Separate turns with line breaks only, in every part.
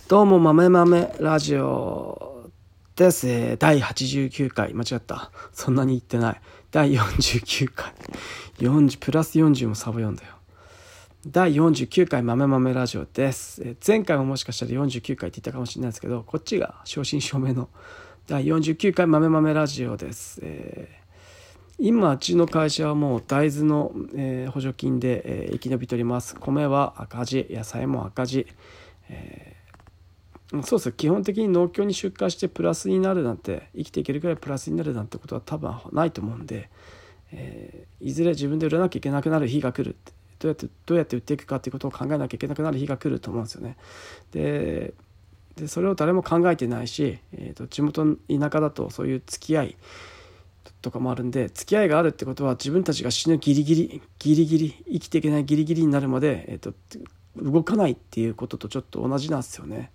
どうも豆豆ラジオです。第89回間違った。そんなに言ってない。第49回40プラス40もサボ読んだよ。第49回豆豆ラジオです。前回ももしかしたら49回って言ったかもしれないですけど、こっちが正真正銘の第49回豆豆ラジオです。今うちの会社はもう大豆の、補助金で、生き延びております。米は赤字、野菜も赤字、そうです。基本的に農協に出荷してプラスになるなんて、生きていけるくらいプラスになるなんてことは多分ないと思うんで、いずれ自分で売らなきゃいけなくなる日が来るって、どうやって売っていくかっていうことを考えなきゃいけなくなる日が来ると思うんですよね。でそれを誰も考えてないし、地元の田舎だとそういう付き合いとかもあるんで、付き合いがあるってことは自分たちが死ぬギリギリ生きていけないギリギリになるまで、動かないっていうこととちょっと同じなんですよね。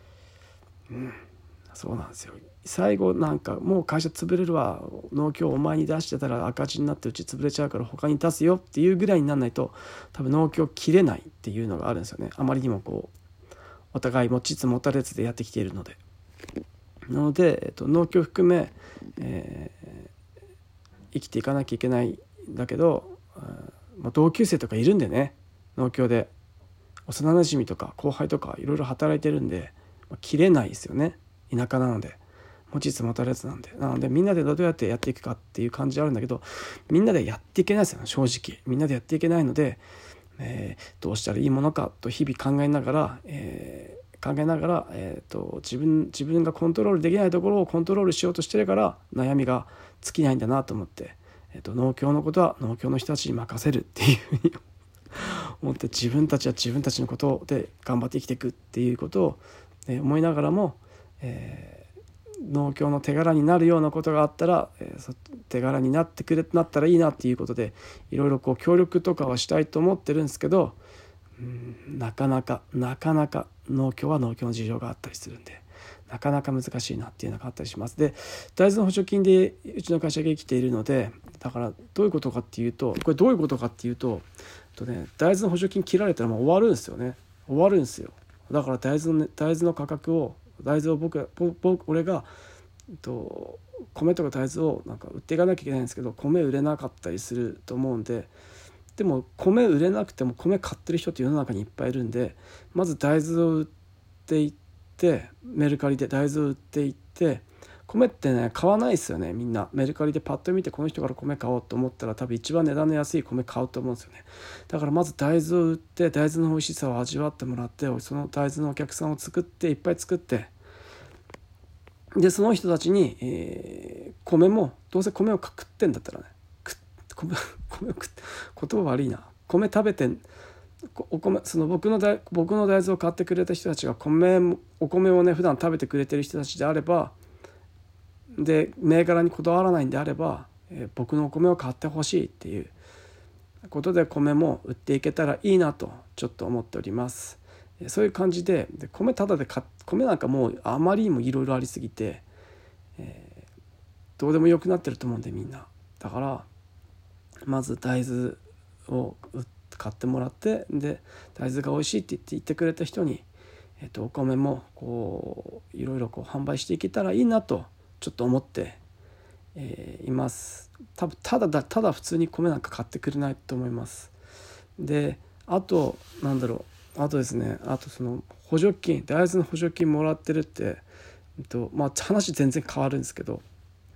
そうなんですよ。最後なんかもう会社潰れるわ、農協お前に出してたら赤字になってうち潰れちゃうから他に出すよっていうぐらいにならないと多分農協切れないっていうのがあるんですよね。あまりにもお互い持ちつ持たれつでやってきているので。なので、農協含め、生きていかなきゃいけないんだけど、同級生とかいるんでね、農協で幼なじみとか後輩とかいろいろ働いてるんで、切れないですよね。田舎なので持ちつ持たれつなのでみんなでどうやってやっていくかっていう感じあるんだけど、みんなでやっていけないですよね。正直みんなでやっていけないので、どうしたらいいものかと日々考えながら、自分がコントロールできないところをコントロールしようとしてるから悩みが尽きないんだなと思って、農協のことは農協の人たちに任せるっていうふうに思って、自分たちは自分たちのことで頑張って生きていくっていうことを、思いながらも、農協の手柄になるようなことがあったら、手柄になったらいいなっていうことでいろいろ協力とかはしたいと思ってるんですけど、なかなか農協は農協の事情があったりするんでなかなか難しいなっていうのがあったりします。で、大豆の補助金でうちの会社が生きているので、だからどういうことかっていうと、大豆の補助金切られたらもう終わるんですよね。終わるんですよ。だから大豆の価格を俺が米とか大豆をなんか売っていかなきゃいけないんですけど、米売れなかったりすると思うんで、でも米売れなくても米買ってる人って世の中にいっぱいいるんで、まず大豆を売っていって、メルカリで大豆を売っていって、米ってね買わないですよね。みんなメルカリでパッと見てこの人から米買おうと思ったら多分一番値段の安い米買うと思うんですよね。だからまず大豆を売って大豆の美味しさを味わってもらって、その大豆のお客さんをいっぱい作って、でその人たちに、米もどうせ米を食ってんだったらね、米を食って言葉悪いな、米食べて僕の大豆を買ってくれた人たちがお米をね普段食べてくれてる人たちであれば、で銘柄にこだわらないんであれば、僕のお米を買ってほしいっていうことで米も売っていけたらいいなとちょっと思っております。そういう感じで、米なんかもうあまりにもいろいろありすぎて、どうでもよくなってると思うんでみんな。だからまず大豆を買ってもらって、で大豆が美味しいって言ってくれた人に、お米もいろいろ販売していけたらいいなとちょっと思って、います。多分ただ普通に米なんか買ってくれないと思います。であとですね、その補助金、大豆の補助金もらってるって、話全然変わるんですけど、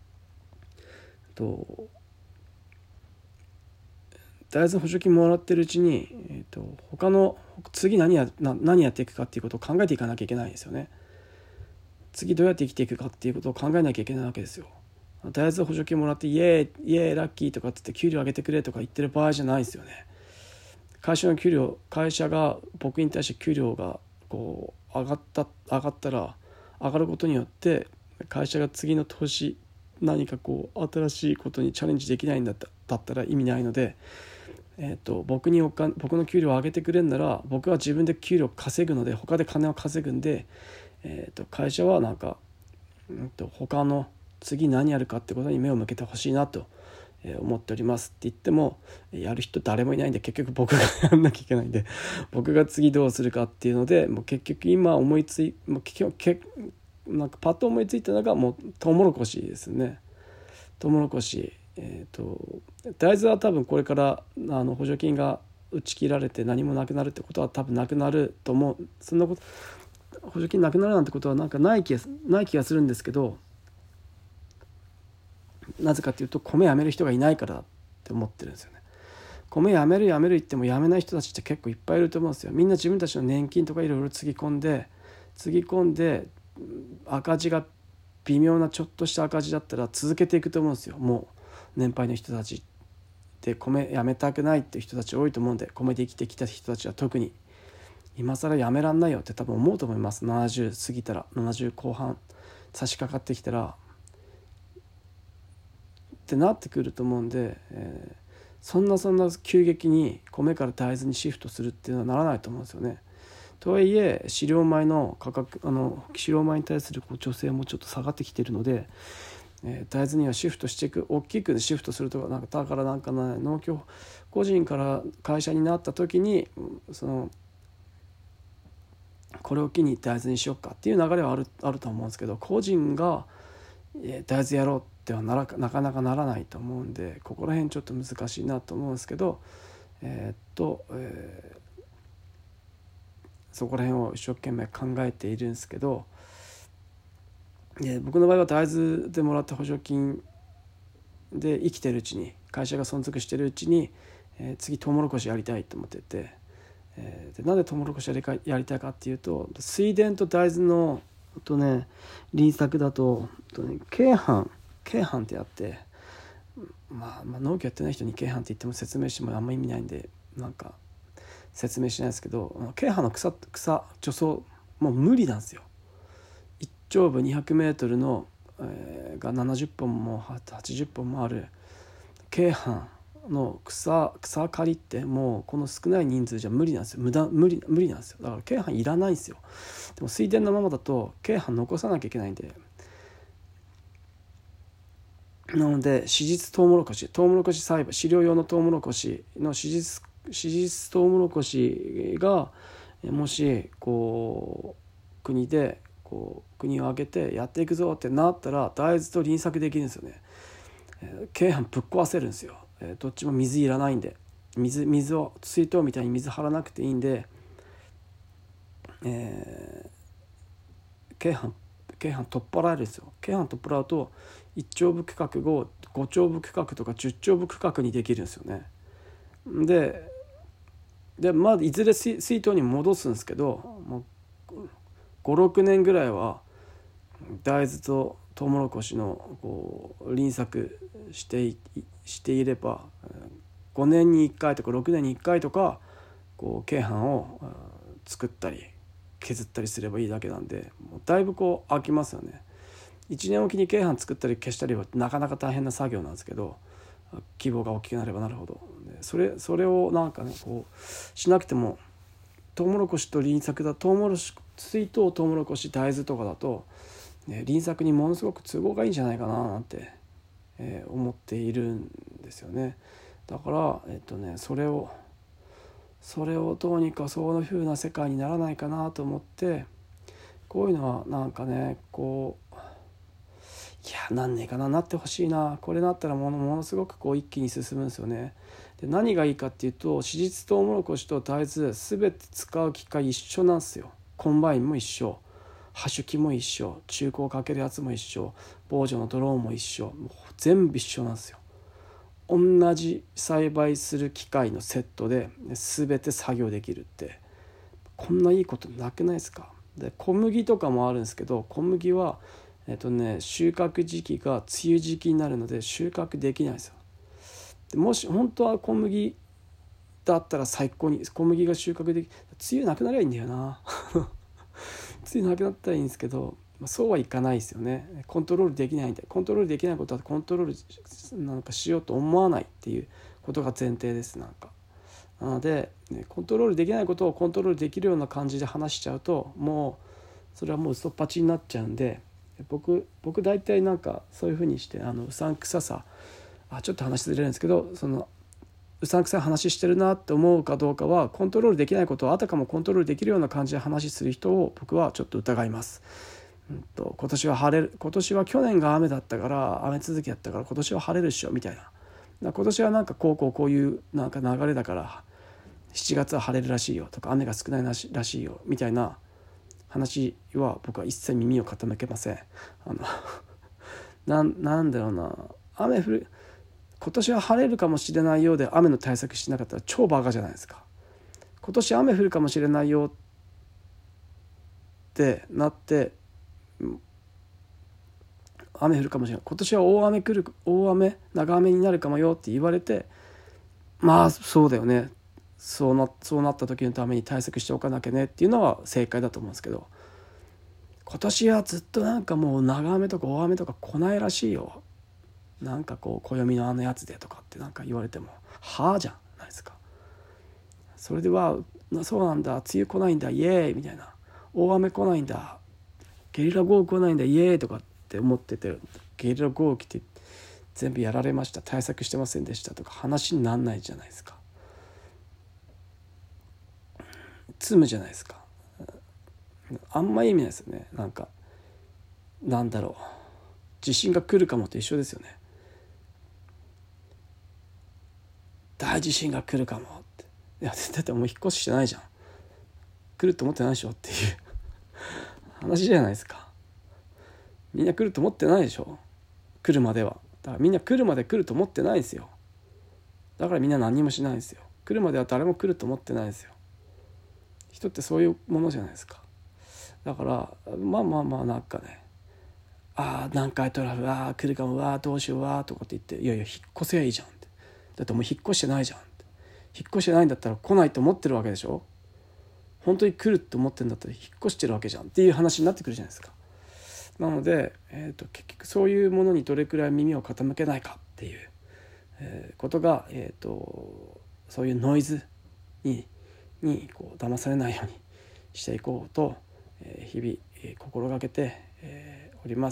大豆の補助金もらってるうちに、他の次何やっていくかっていうことを考えていかなきゃいけないんですよね。次どうやって生きていくかっていうことを考えなきゃいけないわけですよ。大豆補助金もらってイエーイラッキーとかって言って給料上げてくれとか言ってる場合じゃないんですよね。会社が僕に対して給料が上がったら上がることによって会社が次の投資何か新しいことにチャレンジできないんだったら意味ないので、僕の給料を上げてくれるなら僕は自分で給料を稼ぐので、他で金を稼ぐんで、会社は他の次何やるかってことに目を向けてほしいなと、 思っておりますって言ってもやる人誰もいないんで、結局僕がやんなきゃいけないんで、僕が次どうするかっていうので、もう結局今もうなんかパッと思いついたのがもうトウモロコシですね。トウモロコシ、大豆は多分これから補助金が打ち切られて何もなくなるってことは多分なくなると思う。そんなこと補助金なくなるなんてことはなんかない気がするんですけど、なぜかというと米やめる人がいないからだって思ってるんですよね。米やめる言ってもやめない人たちって結構いっぱいいると思うんですよ。みんな自分たちの年金とかいろいろつぎ込んで赤字が微妙なちょっとした赤字だったら続けていくと思うんですよ。もう年配の人たちで米やめたくないっていう人たち多いと思うんで、米で生きてきた人たちは特に今更やめらんないよって多分思うと思います。70過ぎたら、70後半差し掛かってきたらってなってくると思うんで、そんな急激に米から大豆にシフトするっていうのはならないと思うんですよね。とはいえ飼料米の価格、飼料米に対する助成もちょっと下がってきているので、大豆にはシフトしていく、大きくシフトするとか、だから農協個人から会社になった時にこれを機に大豆にしようかっていう流れはあると思うんですけど、個人が大豆やろうってはなかなかならないと思うんで、ここら辺ちょっと難しいなと思うんですけど、そこら辺を一生懸命考えているんですけど、僕の場合は大豆でもらった補助金で生きてるうちに、会社が存続してるうちに、次トウモロコシやりたいと思ってて、でなんでトウモロコシやりたいかっていうと、水田と大豆の輪作だと鶏飯ってやって、農業やってない人に鶏飯って言っても説明してもあんま意味ないんでなんか説明しないですけど、鶏飯の草除草もう無理なんですよ。一丁部200メートルの、が70本も80本もある鶏飯の草刈りってもうこの少ない人数じゃ無理なんですよ。無理なんですよ。だから鶏飯いらないんですよ。でも水田のままだと鶏飯残さなきゃいけないんで、なので子実トウモロコシ栽培、飼料用のトウモロコシの子実トウモロコシがもし国で国を挙げてやっていくぞってなったら大豆と輪作できるんですよね。鶏飯ぶっ壊せるんですよ。どっちも水いらないんで、水を水筒みたいに水張らなくていいんで、鶏飯取っ払えるんですよ。鶏飯取っ払うと1丁部区画を5丁部区画とか10丁部区画にできるんですよね。でいずれ水筒に戻すんですけど、もう 5,6 年ぐらいは大豆とトウモロコシの輪作していれば、5年に1回とか6年に1回とか鶏飯を作ったり削ったりすればいいだけなんで、もうだいぶ飽きますよね。1年おきに鶏飯作ったり消したりはなかなか大変な作業なんですけど、規模が大きくなればなるほど、それをしなくても、トウモロコシと輪作だ水筒トウモロコシ大豆とかだと、輪作にものすごく都合がいいんじゃないかななんて、思っているんですよね。だからそれをどうにかそういう風な世界にならないかなと思って、こういうのはいやなんねえかな、なってほしいな、これなったらものすごく一気に進むんですよね。で何がいいかっていうと、子実トウモロコシと大豆全て使う機械一緒なんですよ。コンバインも一緒、葉種機も一緒、中古をかけるやつも一緒、防除のドローンも一緒、もう全部一緒なんですよ。同じ栽培する機械のセットで全て作業できるって、こんないいことなくないですか。で小麦とかもあるんですけど、小麦は収穫時期が梅雨時期になるので収穫できないんですよ。でもし本当は小麦だったら最高に小麦が収穫でき、梅雨なくなりゃいいんだよな梅雨なくなったらいいんですけど、そうはいかないですよね。コントロールできないんで、コントロールできないことはコントロールしようと思わないっていうことが前提です。なのでコントロールできないことをコントロールできるような感じで話しちゃうと、もうそれはもう嘘っぱちになっちゃうんで、僕大体そういう風にしてうさんくささちょっと話ずれるんですけど、そのうさんくさい話してるなって思うかどうかはコントロールできないことをあたかもコントロールできるような感じで話する人を僕はちょっと疑います。今年は晴れる、今年は去年が雨だったから雨続きだったから今年は晴れるっしょみたいな、今年はなんかこういうなんか流れだから7月は晴れるらしいよとか雨が少ないらしいよみたいな話は僕は一切耳を傾けません。なんだろうな、今年は晴れるかもしれないようで雨の対策してなかったら超バカじゃないですか。今年雨降るかもしれないよってなって雨降るかもしれない、今年は大雨長雨になるかもよって言われて、まあそうだよね、そうなった時のために対策しておかなきゃねっていうのは正解だと思うんですけど、今年はずっとなんかもう長雨とか大雨とか来ないらしいよ、なんかこう暦のやつでとかってなんか言われてもはあじゃないですか。それではそうなんだ、梅雨来ないんだイエーイみたいな、大雨来ないんだ、ゲリラ豪雨来ないんだイエーイとかって思ってて、ゲリラ豪雨来て全部やられました、対策してませんでしたとか話になんないじゃないですか。積むじゃないですか。あんま意味ないですよね。なんだろう、地震が来るかもと一緒ですよね。大地震が来るかもって、いやだってもう引っ越ししてないじゃん、来ると思ってないでしょっていう話じゃないですか。みんな来ると思ってないでしょ、来るまでは。だからみんな来るまで来ると思ってないですよ。だからみんな何もしないですよ。来るまでは誰も来ると思ってないですよ。人ってそういうものじゃないですか。だからまあなんかね、南海トラフ来るかもどうしようとかって言って、いや引っ越せばいいじゃんって、だってもう引っ越してないじゃんって、引っ越してないんだったら来ないと思ってるわけでしょ、本当に来るって思ってるんだったら引っ越してるわけじゃんっていう話になってくるじゃないですか。なので、結局そういうものにどれくらい耳を傾けないかっていう、ことが、そういうノイズにこう騙されないようにしていこうと、日々、心がけて、おります。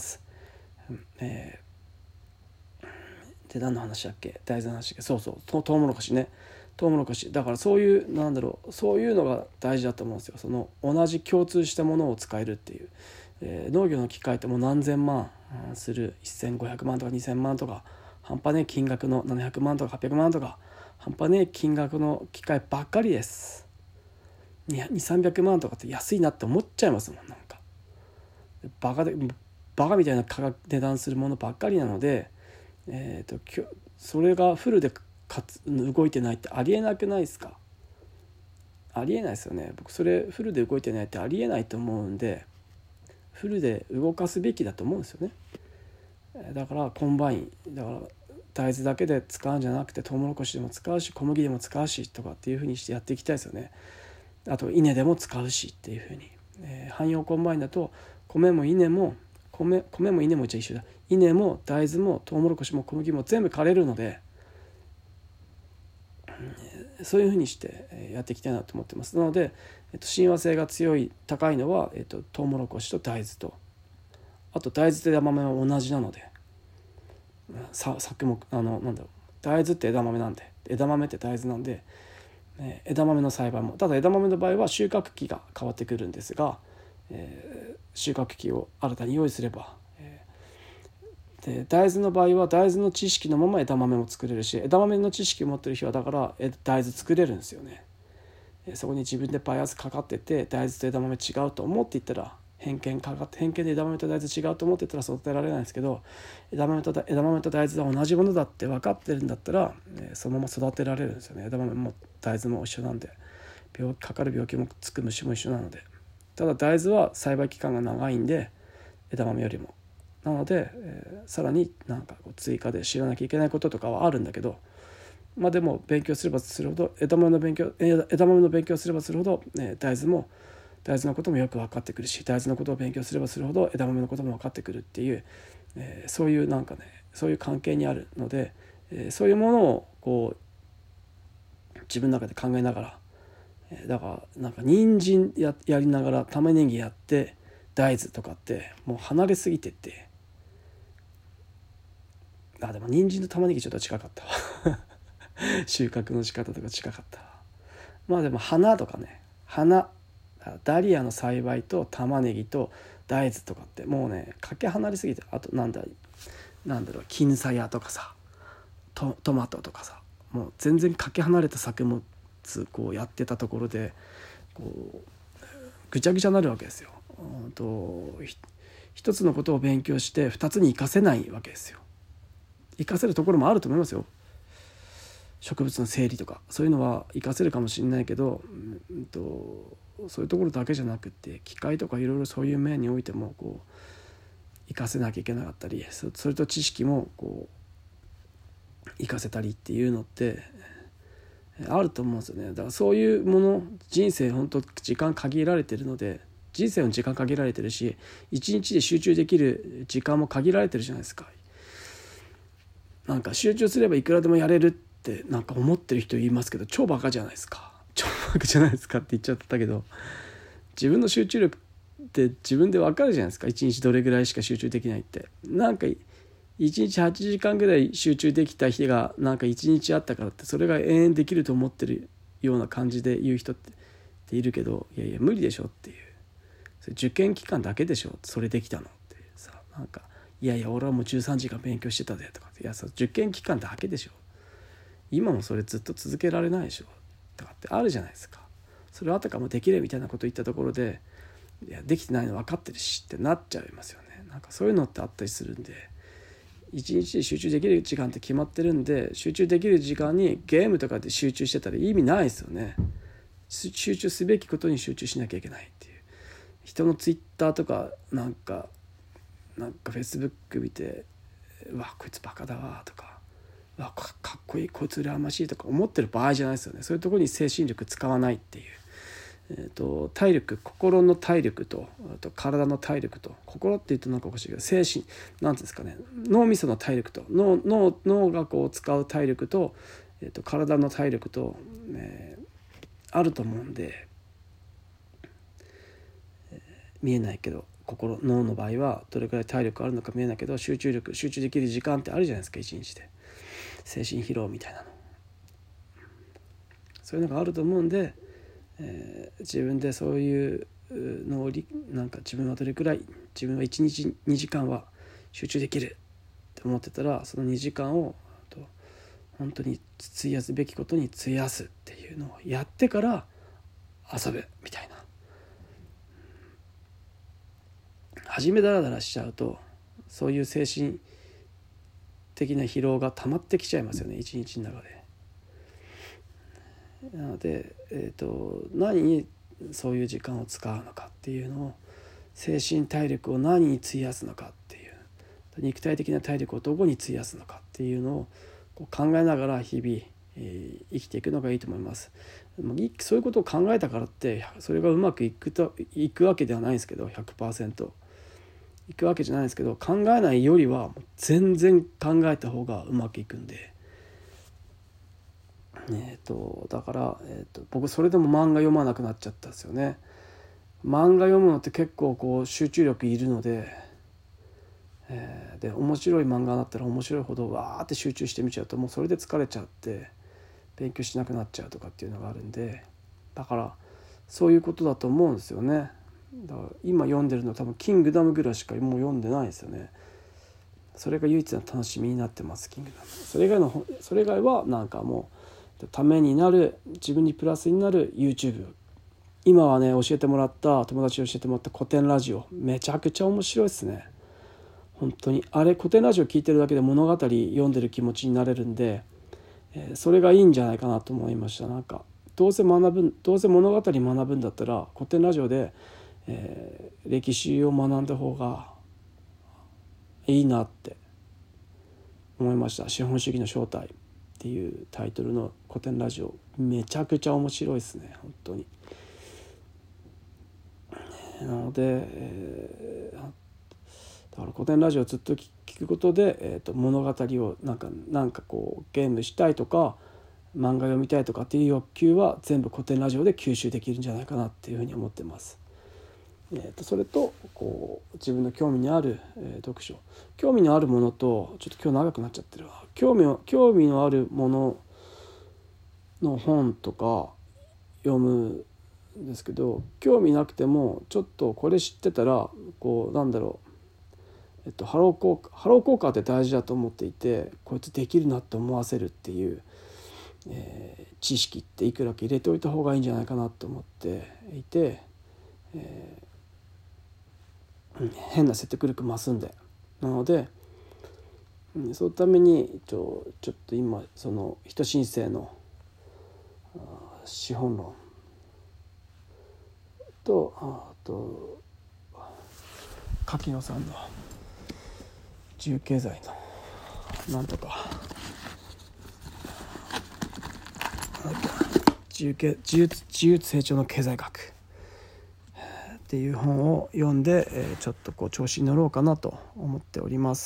で何の話だっけ、大事な話だっけ、そうトウモロコシね、トウモロコシだからそういうそういうのが大事だと思うんですよ。その同じ共通したものを使えるっていう、農業の機械ってもう何千万する、1500万とか2000万とか半端ねえ金額の700万とか800万とか半端ねえ金額の機械ばっかりです。200-300万とかって安いなって思っちゃいますもん。なんかバカみたいな値段するものばっかりなので、それがフルで動いてないってありえなくないですか。ありえないですよね。僕それフルで動いてないってありえないと思うんで、フルで動かすべきだと思うんですよね。だからコンバインだから大豆だけで使うんじゃなくてトウモロコシでも使うし小麦でも使うしとかっていう風にしてやっていきたいですよね。あと稲でも使うしっていう風に、汎用コンバインだと米も稲もじゃ一緒だ、稲も大豆もトウモロコシも小麦も全部枯れるので、そういう風にしてやっていきたいなと思ってます。なので、親和性が高いのは、トウモロコシと大豆と、あと大豆と枝豆は同じなので、作目大豆って枝豆なんで、枝豆って大豆なんで、枝豆の栽培も、ただ枝豆の場合は収穫期が変わってくるんですが、収穫期を新たに用意すれば、で大豆の場合は大豆の知識のまま枝豆も作れるし、枝豆の知識を持ってる人はだから大豆作れるんですよね。そこに自分でバイアスかかってて大豆と枝豆違うと思っていったら偏見で枝豆と大豆違うと思ってたら育てられないんですけど、枝豆と大豆は同じものだって分かってるんだったら、そのまま育てられるんですよね。枝豆も大豆も一緒なんで、かかる病気もつく虫も一緒なので。ただ大豆は栽培期間が長いんで枝豆よりも、なので、さらに追加で知らなきゃいけないこととかはあるんだけど、でも勉強すればするほど枝豆の勉強すればするほど、大豆のこともよく分かってくるし、大豆のことを勉強すればするほど枝豆のことも分かってくるっていう、そういうそういう関係にあるので、そういうものをこう自分の中で考えながら、だから人参やりながら玉ねぎやって大豆とかってもう離れすぎてって、 でも人参と玉ねぎちょっと近かったわ収穫の仕方とか近かったわ。でも花とかね、ダリアの栽培と玉ねぎと大豆とかってもうねかけ離れすぎて、あとなんだろう金さやとかさ、トマトとかさ、もう全然かけ離れた作物こうやってたところでこうぐちゃぐちゃになるわけですよ。一つのことを勉強して二つに活かせないわけですよ。活かせるところもあると思いますよ。植物の整理とかそういうのは活かせるかもしれないけど、そういうところだけじゃなくって機械とかいろいろそういう面においてもこう活かせなきゃいけなかったり、それと知識もこう活かせたりっていうのってあると思うんですよね。だからそういうもの、人生本当時間限られてるので、人生の時間限られてるし、一日で集中できる時間も限られてるじゃないですか。なんか集中すればいくらでもやれるってなんか思ってる人言いますけど、超バカじゃないですか。超バカじゃないですかって言っちゃったけど、自分の集中力って自分で分かるじゃないですか。一日どれぐらいしか集中できないって。なんか1日8時間ぐらい集中できた日がなんか1日あったからってそれが永遠できると思ってるような感じで言う人っているけど、いやいや無理でしょっていう、それ受験期間だけでしょそれできたのってさ、なんかいやいや俺はもう13時間勉強してたでとか、いや受験期間だけでしょ、今もそれずっと続けられないでしょとかってあるじゃないですか。それあたかもできるみたいなこと言ったところで、いやできてないの分かってるしってなっちゃいますよね。なんかそういうのってあったりするんで、一日で集中できる時間って決まってるんで、集中できる時間にゲームとかで集中してたら意味ないですよね。集中すべきことに集中しなきゃいけないっていう。人のツイッターとかなんかフェイスブック見て、うわこいつバカだわとか、うわかっこいいこいつ羨ましいとか思ってる場合じゃないですよね。そういうところに精神力使わないっていう。体力、心の体力と、あと体の体力と、心って言うとなんかおかしいけど、精神なんていうんですかね、脳みその体力と脳がこう使う体力と、体の体力と、あると思うんで、見えないけど脳の場合はどれくらい体力あるのか見えないけど、集中できる時間ってあるじゃないですか。一日で精神疲労みたいなの、そういうのがあると思うんで、自分でそういうのをなんか自分は1日2時間は集中できるって思ってたら、その2時間を本当に費やすべきことに費やすっていうのをやってから遊ぶみたいな。初めダラダラしちゃうとそういう精神的な疲労が溜まってきちゃいますよね、一日の中で。なので、何にそういう時間を使うのかっていうのを、精神体力を何に費やすのかっていう、肉体的な体力をどこに費やすのかっていうのをこう考えながら日々、生きていくのがいいと思います。そういうことを考えたからってそれがうまくいくわけではないんですけど、 100% いくわけじゃないんですけど、考えないよりは全然考えた方がうまくいくんで、だから、僕それでも漫画読まなくなっちゃったんですよね。漫画読むのって結構こう集中力いるので、で面白い漫画だったら面白いほどわーって集中してみちゃうと、もうそれで疲れちゃって勉強しなくなっちゃうとかっていうのがあるんで、だからそういうことだと思うんですよね。だから今読んでるのは多分キングダムぐらいしかもう読んでないですよね。それが唯一の楽しみになってます、キングダム。それ以外はなんかもうためになる、自分にプラスになる YouTube、 今はね友達に教えてもらった古典ラジオ、めちゃくちゃ面白いですね。本当に古典ラジオ聞いてるだけで物語読んでる気持ちになれるんで、それがいいんじゃないかなと思いました。なんかどうせ物語学ぶんだったら古典ラジオで、歴史を学んだ方がいいなって思いました。資本主義の正体っていうタイトルの古典ラジオ、めちゃくちゃ面白いですね本当に。なので、だから古典ラジオをずっと聞くことで、物語をなんかこうゲームしたいとか漫画読みたいとかっていう欲求は全部古典ラジオで吸収できるんじゃないかなっていうふうに思ってます。 それとこう自分の興味のある、読書、興味のあるものと、ちょっと今日長くなっちゃってるわ、興味のあるものの本とか読むんですけど、興味なくてもちょっとこれ知ってたらこうなんだろう、ハロー効果って大事だと思っていて、こいつできるなって思わせるっていう、知識っていくらか入れておいた方がいいんじゃないかなと思っていて、変な説得力増すんで、なので、そのためにちょっと今その人申請の資本論と、あと柿野さんの自由経済のなんとか自由成長の経済学っていう本を読んで、ちょっとこう調子に乗ろうかなと思っております。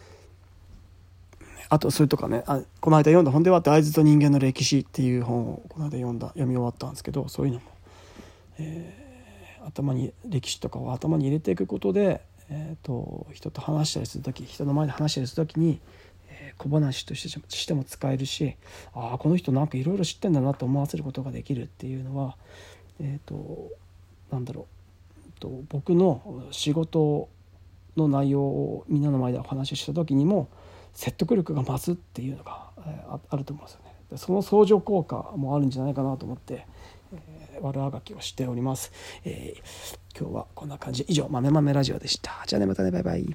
あとそれとかね、この間読んだ本では大豆と人間の歴史っていう本をこの間読み終わったんですけど、そういうのも、歴史とかを頭に入れていくことで、人と話したりする時、人の前で話したりする時に、小話としても使えるし、この人なんかいろいろ知ってんだなと思わせることができるっていうのは、なんだろう、僕の仕事の内容をみんなの前でお話しした時にも説得力が増すっていうのが、あると思うんですよね。その相乗効果もあるんじゃないかなと思って、悪あがきをしております。今日はこんな感じ。以上、豆豆ラジオでした。じゃあね、またね、バイバイ。